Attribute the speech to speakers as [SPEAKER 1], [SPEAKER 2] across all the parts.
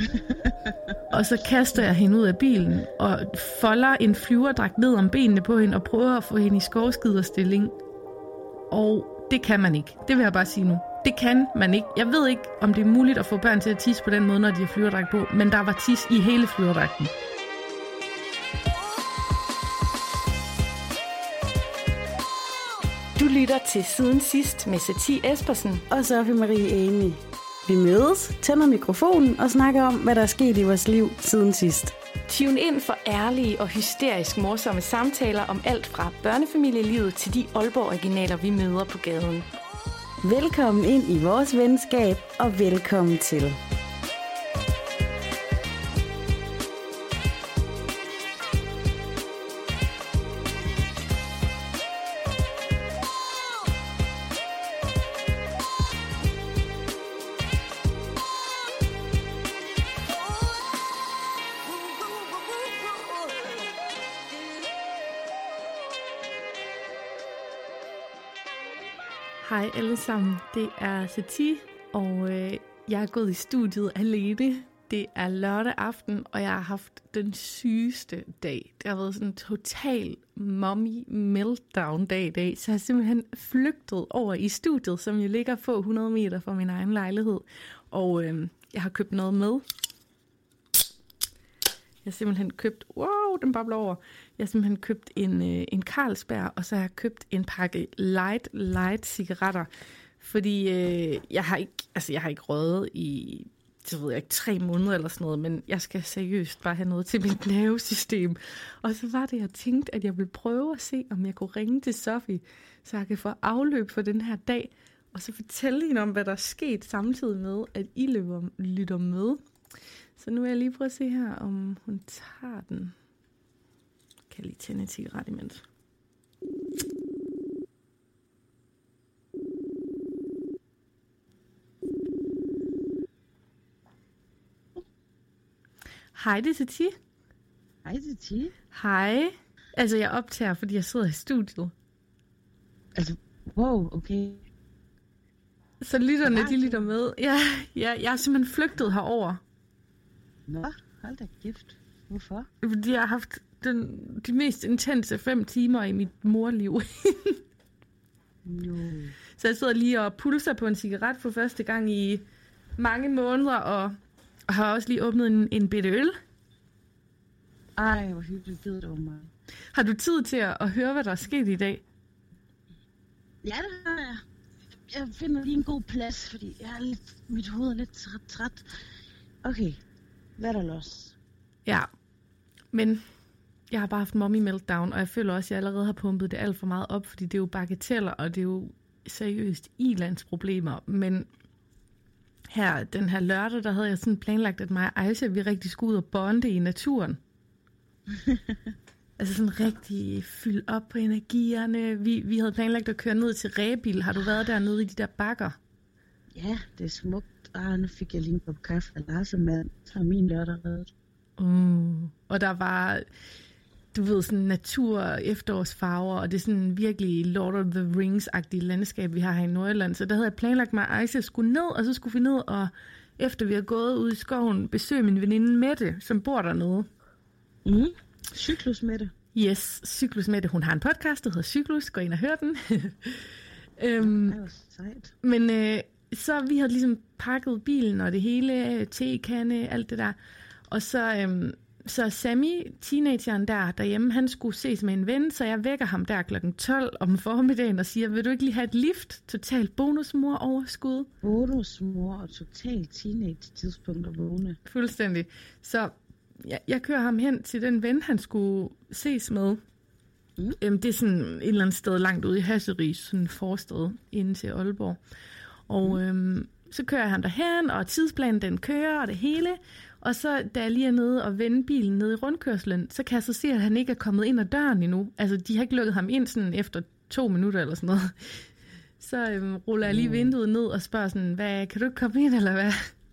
[SPEAKER 1] Og så kaster jeg hende ud af bilen og folder en flyverdragt ned om benene på hende og prøver at få hende i skovskiderstilling. Og det kan man ikke. Det vil jeg bare sige nu. Det kan man ikke. Jeg ved ikke, om det er muligt at få børn til at tisse på den måde, når de har flyverdragt på, men der var tis i hele flyverdragten.
[SPEAKER 2] Du lytter til Siden Sidst med Satie Espersen
[SPEAKER 3] og Sofie Marie Amy. Vi mødes, tænder mikrofonen og snakker om, hvad der er sket i vores liv siden sidst.
[SPEAKER 2] Tune ind for ærlige og hysterisk morsomme samtaler om alt fra børnefamilielivet til de Aalborg-originaler, vi møder på gaden.
[SPEAKER 3] Velkommen ind i vores venskab, og velkommen til.
[SPEAKER 1] Hej alle sammen, det er Satie, og jeg er gået i studiet alene. Det er lørdag aften, og jeg har haft den sygeste dag. Det har været sådan en total mommy meltdown dag i dag, så jeg har simpelthen flygtet over i studiet, som jo ligger få 100 meter fra min egen lejlighed. Og jeg har købt noget med. Jeg har simpelthen købt, den babler over. Jeg har simpelthen købt en Carlsberg, og så har jeg købt en pakke light cigaretter. Fordi jeg har ikke røget i, det ved jeg ikke, 3 måneder eller sådan noget, men jeg skal seriøst bare have noget til mit nervesystem. Og så var det, jeg tænkte, at jeg ville prøve at se, om jeg kunne ringe til Sofie, så jeg kan få afløb for den her dag, og så fortælle hende om, hvad der er sket samtidig med, at I lytter med. Så nu vil jeg lige prøve at se her, om hun tager den. Kan jeg lige tænde en cigaret imens. Hej, det er Satie.
[SPEAKER 4] Hej, Satie.
[SPEAKER 1] Hej. Altså, jeg optager, fordi jeg sidder i studiet.
[SPEAKER 4] Altså, wow, okay.
[SPEAKER 1] Så lytterne, de lytter med. Ja, jeg er simpelthen flygtet herover.
[SPEAKER 4] Nå, hold da kæft. Hvorfor?
[SPEAKER 1] Fordi jeg har haft de mest intense 5 timer i mit morliv.
[SPEAKER 4] Jo.
[SPEAKER 1] Så jeg sidder lige og pulser på en cigaret for første gang i mange måneder, og har også lige åbnet en bitte øl.
[SPEAKER 4] Ej, hvor hyggeligt, gider det over mig.
[SPEAKER 1] Har du tid til at høre, hvad der er sket i dag?
[SPEAKER 4] Ja, det har jeg. Jeg finder lige en god plads, fordi mit hoved er lidt træt. Okay, hvad er der los?
[SPEAKER 1] Ja, men jeg har bare haft mommy meltdown, og jeg føler også, at jeg allerede har pumpet det alt for meget op, fordi det er jo bagateller, og det er jo seriøst ilandsproblemer. Men her, den her lørdag, der havde jeg sådan planlagt, at mig og Aisha, vi rigtig skulle ud og bonde i naturen. Altså sådan rigtig fylde op på energierne. Vi havde planlagt at køre ned til Rebild. Har du været dernede i de der bakker?
[SPEAKER 4] Ja, det er smukt. Nu fik jeg lige en kop kaffe af Larsen, så er min lørdag reddet.
[SPEAKER 1] Og der var, du ved, sådan natur, efterårsfarver, og det er sådan virkelig Lord of the Rings-agtige landskab, vi har her i Nordjylland. Så der havde jeg planlagt mig, at Aisha skulle ned, og så skulle vi ned, og efter vi har gået ud i skoven, besøge min veninde Mette, som bor dernede.
[SPEAKER 4] Cyklus Mette.
[SPEAKER 1] Yes, Cyklus Mette. Hun har en podcast, der hedder Cyklus. Gå ind og hør den.
[SPEAKER 4] Det var sejt.
[SPEAKER 1] Men så vi havde ligesom pakket bilen og det hele, tekande, alt det der. Og så Sammy, teenageren derhjemme, han skulle ses med en ven, så jeg vækker ham der kl. 12 om formiddagen og siger, vil du ikke lige have et lift? Totalt bonusmor overskud.
[SPEAKER 4] Bonusmor og totalt teenage-tidspunkt at vågne.
[SPEAKER 1] Fuldstændig. Så jeg kører ham hen til den ven, han skulle ses med. Det er sådan et eller andet sted langt ude i Hasseris, sådan en forstad inde til Aalborg. Og så kører han derhen, og tidsplanen den kører, og det hele. Og så, da jeg lige er nede og vender bilen nede i rundkørslen, så kan jeg så se, at han ikke er kommet ind ad døren endnu. Altså, de har ikke lukket ham ind sådan efter 2 minutter eller sådan noget. Så ruller jeg lige vinduet ned og spørger sådan, hvad, kan du ikke komme ind, eller hvad?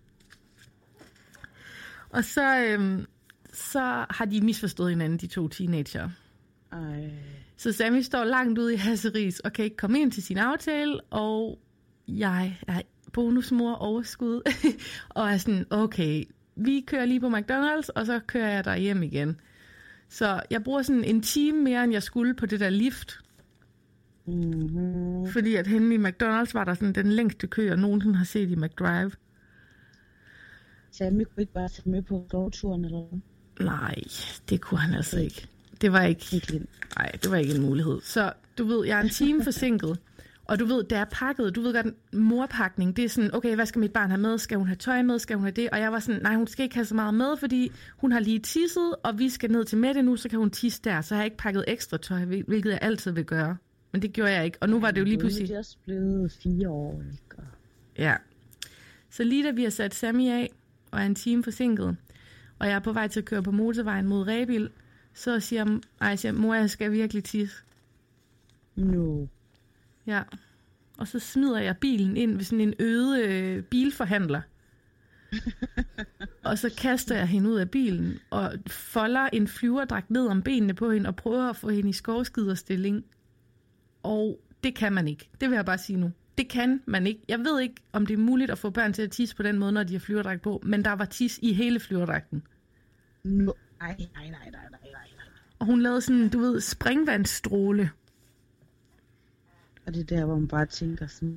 [SPEAKER 1] Og så har de misforstået hinanden, de 2 teenager. Så Sammy står langt ude i Hasseris og kan ikke komme ind til sin aftale, og jeg er bonusmor overskud, og er sådan, okay, vi kører lige på McDonald's, og så kører jeg der hjem igen. Så jeg bruger sådan en time mere, end jeg skulle på det der lift.
[SPEAKER 4] Mm-hmm.
[SPEAKER 1] Fordi at henne i McDonald's var der sådan den længste kø, jeg nogensinde har set i McDrive.
[SPEAKER 4] Sammy kunne ikke bare sætte med på gårdturen, eller hvad?
[SPEAKER 1] Nej, det kunne han altså ikke. Det var ikke en mulighed. Så du ved, jeg er en time forsinket. Og du ved, da jeg pakkede, du ved godt, morpakning, det er sådan, okay, hvad skal mit barn have med? Skal hun have tøj med? Skal hun have det? Og jeg var sådan, nej, hun skal ikke have så meget med, fordi hun har lige tisset, og vi skal ned til Mette nu, så kan hun tisse der. Så har jeg ikke pakket ekstra tøj, hvilket jeg altid vil gøre. Men det gjorde jeg ikke, og nu var det jo lige pludselig...
[SPEAKER 4] Du er også blevet 4 år, ikke?
[SPEAKER 1] Ja. Så lige da vi har sat Sammy af, og er en time forsinket, og jeg er på vej til at køre på motorvejen mod Rebild, så siger Aisha, mor, jeg skal virkelig tisse.
[SPEAKER 4] No.
[SPEAKER 1] Ja. Og så smider jeg bilen ind ved sådan en øde bilforhandler. Og så kaster jeg hende ud af bilen, og folder en flyverdragt ned om benene på hende, og prøver at få hende i skovskiderstilling. Og det kan man ikke. Det vil jeg bare sige nu. Det kan man ikke. Jeg ved ikke, om det er muligt at få børn til at tisse på den måde, når de har flyverdragt på, men der var tis i hele flyverdragten.
[SPEAKER 4] No. Nej.
[SPEAKER 1] Og hun lavede sådan, du ved, springvandsstråle.
[SPEAKER 4] Og det er der, hvor man bare tænker sådan...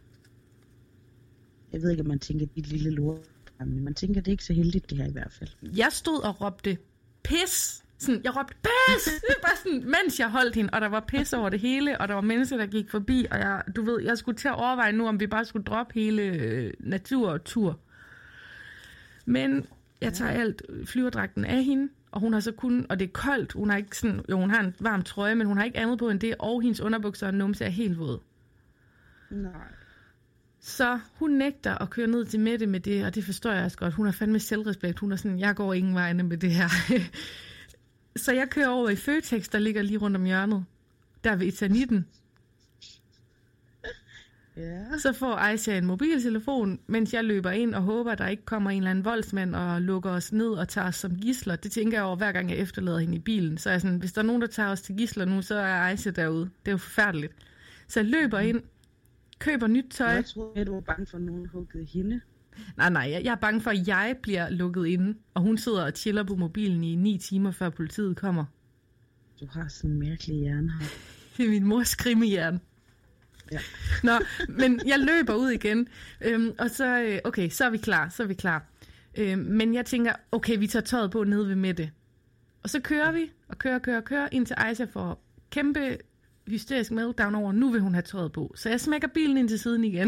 [SPEAKER 4] Jeg ved ikke, om man tænker, dit lille lort. Men man tænker, det er ikke så heldigt, det her i hvert fald.
[SPEAKER 1] Jeg stod og råbte, pis! Sådan, jeg råbte, pis! Bare sådan, mens jeg holdt hende, og der var pis over det hele, og der var mennesker, der gik forbi, og jeg skulle til at overveje nu, om vi bare skulle droppe hele naturtur. Men jeg tager alt flyverdragten af hende, og hun har så kun, og det er koldt, hun har ikke sådan, jo, hun har en varm trøje, men hun har ikke andet på end det, og hendes underbukser og numse er helt våd.
[SPEAKER 4] Nej.
[SPEAKER 1] Så hun nægter at køre ned til Mette med det, og det forstår jeg også godt. Hun har fandme selvrespekt. Hun er sådan, jeg går ingen vegne med det her. Så jeg kører over i Føtex, der ligger lige rundt om hjørnet. Der ved Etanitten.
[SPEAKER 4] Ja.
[SPEAKER 1] Så får Aisha en mobiltelefon, mens jeg løber ind og håber, at der ikke kommer en eller anden voldsmand og lukker os ned og tager os som gidsler. Det tænker jeg over, hver gang jeg efterlader hende i bilen. Så er jeg sådan, hvis der er nogen, der tager os til gidsler nu, så er Aisha derude. Det er jo forfærdeligt. Så jeg løber ind, køber nyt tøj.
[SPEAKER 4] Jeg tror, at du var bange for, at nogen huggede hende.
[SPEAKER 1] Nej, jeg er bange for, at jeg bliver lukket inde, og hun sidder og chiller på mobilen i 9 timer, før politiet kommer.
[SPEAKER 4] Du har sådan en mærkelig hjerne her.
[SPEAKER 1] Det er min mors krimihjerne.
[SPEAKER 4] Ja.
[SPEAKER 1] Nå, men jeg løber ud igen, og så, okay, så er vi klar. Men jeg tænker, okay, vi tager tøjet på nede ved Mette. Og så kører vi, og kører, indtil Aisha får kæmpe hysterisk meltdown over, nu vil hun have tøjet på. Så jeg smækker bilen ind til siden igen.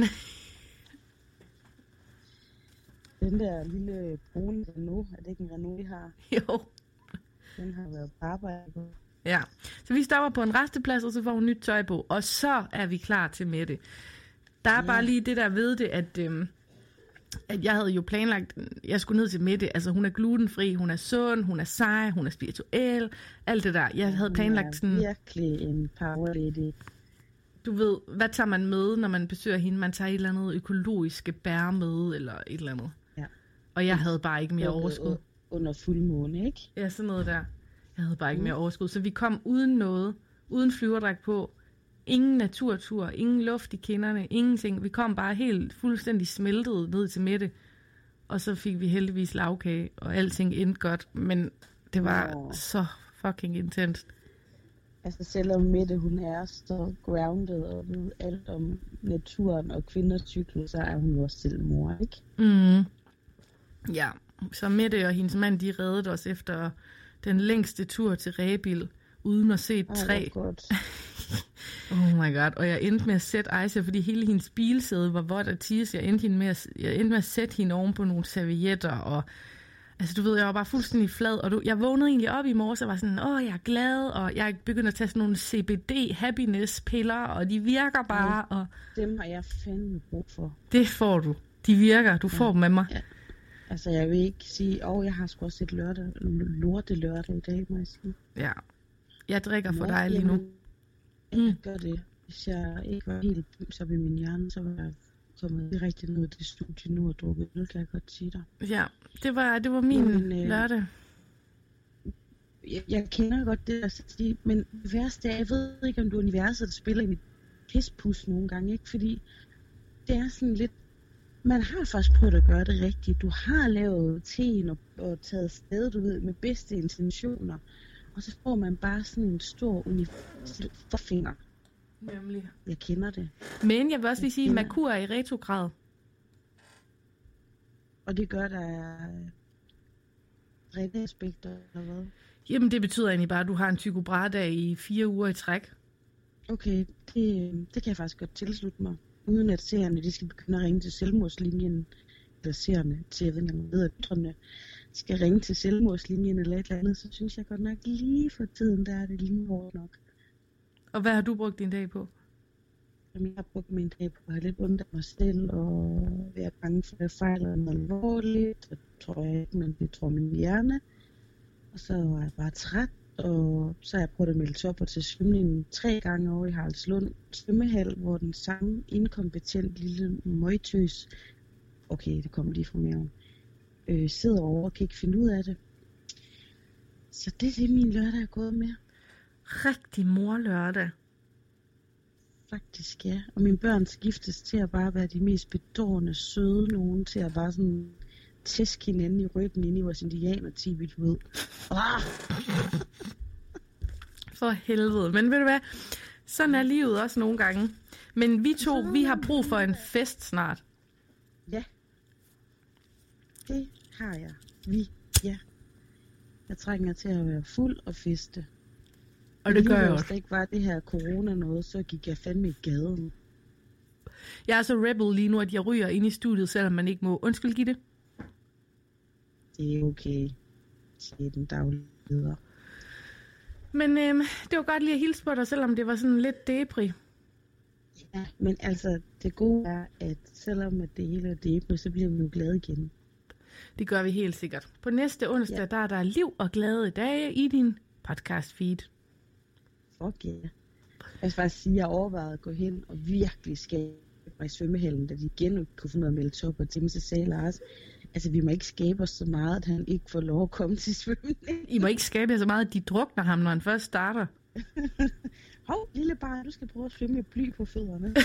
[SPEAKER 4] Den der lille brune Renault, er det ikke en Renault, vi har?
[SPEAKER 1] Jo.
[SPEAKER 4] Den har været på arbejde på.
[SPEAKER 1] Ja, så vi stopper på en resteplads, og så får hun nyt tøj på, og så er vi klar til Mette. Der er bare lige det der ved det, at jeg havde jo planlagt, jeg skulle ned til Mette. Altså hun er glutenfri, hun er sund, hun er sej, hun er spirituel, alt det der. Jeg havde planlagt sådan...
[SPEAKER 4] virkelig en power lady.
[SPEAKER 1] Du ved, hvad tager man med, når man besøger hende? Man tager et eller andet økologiske bær med, eller et eller andet.
[SPEAKER 4] Ja.
[SPEAKER 1] Og jeg havde bare ikke mere overskud.
[SPEAKER 4] Under fuldmåne, ikke?
[SPEAKER 1] Ja, sådan noget der. Jeg havde bare ikke mere overskud. Så vi kom uden noget, uden flyverdragt på. Ingen naturtur, ingen luft i kinderne, ingenting. Vi kom bare helt fuldstændig smeltet ned til Mette. Og så fik vi heldigvis lavkage, og alting endte godt. Men det var så fucking intenst.
[SPEAKER 4] Altså selvom Mette, hun er så grounded og ved alt om naturen og kvinders cyklus, så er hun jo også selv mor, ikke?
[SPEAKER 1] Mm. Ja, så Mette og hendes mand, de reddede os efter den længste tur til Rebild, uden at se et træ. Oh my god, og jeg endte med at sætte Aisha, fordi hele hendes bilsæde var vådt af tisse. Jeg endte med at sætte hende oven på nogle servietter, og altså du ved, jeg var bare fuldstændig flad, og jeg vågnede egentlig op i morges og var sådan, jeg er glad, og jeg begyndte at tage sådan nogle CBD-happiness-piller, og de virker bare. Og
[SPEAKER 4] dem har jeg fandme brug for.
[SPEAKER 1] Det får du. De virker, du får dem af mig.
[SPEAKER 4] Ja. Altså jeg vil ikke sige, jeg har sgu også et lorte-lørdag i dag, må jeg sige.
[SPEAKER 1] Ja, jeg drikker for dig lige nu.
[SPEAKER 4] Jeg gør det. Hvis jeg ikke var helt bøms op i min hjerne, så var jeg kommet rigtig ned i det studie nu og drukket øl, kan jeg godt sige dig.
[SPEAKER 1] Ja, det var min lørdag.
[SPEAKER 4] Jeg kender godt det, at sige, men det værste er, jeg ved ikke, om du er universet, der spiller i mit pispus nogle gange, ikke? Fordi det er sådan lidt, man har faktisk prøvet at gøre det rigtigt. Du har lavet teen og taget sted, du ved, med bedste intentioner. Og så får man bare sådan en stor universel forfinger.
[SPEAKER 1] Nemlig.
[SPEAKER 4] Jeg kender det.
[SPEAKER 1] Men jeg vil også lige sige, at Merkur er i retrograd.
[SPEAKER 4] Og det gør der aspekter, eller hvad?
[SPEAKER 1] Jamen, det betyder egentlig bare, at du har en Tycho Brahe-dag i 4 uger i træk.
[SPEAKER 4] Okay, det kan jeg faktisk godt tilslutte mig. Uden at seerne, de skal begynde at ringe til selvmordslinjen. Eller seerne til, jeg ved ikke, om jeg ved, at lytterne skal ringe til selvmordslinjen eller et eller andet. Så synes jeg godt nok lige for tiden, der er det lige hårdt nok.
[SPEAKER 1] Og hvad har du brugt din dag på?
[SPEAKER 4] Jeg har brugt min dag på at have lidt ondt af mig selv, og være bange for, at jeg fejler noget alvorligt. Det tror jeg ikke, men det tror min hjerne. Og så var jeg bare træt, og så har jeg prøvet at melde topper til svømningen 3 gange over i Haraldslund svømmehal, hvor den samme inkompetent lille møgtøs, okay, det kom lige fra maven, sidder over og kan ikke finde ud af det. Så det er det, min lørdag er gået med.
[SPEAKER 1] Rigtig morlørdag.
[SPEAKER 4] Faktisk, ja. Og mine børn skiftes til at bare være de mest bedårende, søde nogen, til at bare sådan tæske hinanden i ryggen ind i vores indianer-tv, du ved.
[SPEAKER 1] For helvede. Men ved du hvad? Sådan er livet også nogle gange. Men vi har brug for en fest snart.
[SPEAKER 4] Ja. Det har jeg. Ja. Jeg trænger til at være fuld og feste.
[SPEAKER 1] Og det gør jeg
[SPEAKER 4] også.
[SPEAKER 1] også.
[SPEAKER 4] Hvis der ikke var det her corona noget, så gik jeg fandme i gaden.
[SPEAKER 1] Jeg er så rebel lige nu, at jeg ryger ind i studiet, selvom man ikke må. Undskyld, Gitte.
[SPEAKER 4] Det er okay. Det er den daglige leder.
[SPEAKER 1] Men det var godt lige at hilse på dig, selvom det var sådan lidt depri.
[SPEAKER 4] Ja, men altså, det gode er, at selvom at det hele er depri, så bliver vi jo glade igen.
[SPEAKER 1] Det gør vi helt sikkert. På næste onsdag, der er der liv og glade dage i din podcast feed.
[SPEAKER 4] Fuck yeah. Jeg skal faktisk sige, at jeg overvejede at gå hen og virkelig skabe mig i svømmehallen, da de igen kunne finde noget at melde topper til mig, så sagde Lars, altså vi må ikke skabe os så meget, at han ikke får lov at komme til svømning.
[SPEAKER 1] I må ikke skabe så meget, at de drukner ham, når han først starter.
[SPEAKER 4] Hov, lille barn, du skal prøve at svømme med bly på fødderne.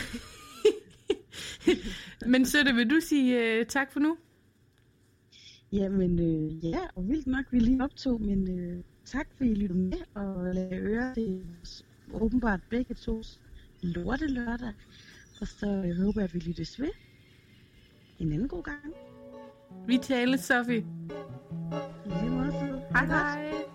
[SPEAKER 1] Men Søtte, vil du sige tak for nu?
[SPEAKER 4] Jamen, ja, og vildt nok, vi lige optog, men tak fordi I lyttede med, og lad øre til åbenbart begge tos lortelørdag. Og så håber jeg, at vi lyttes ved en anden god gang.
[SPEAKER 1] Vi taler, Sofie.
[SPEAKER 4] I lige måde.
[SPEAKER 1] Hej hej.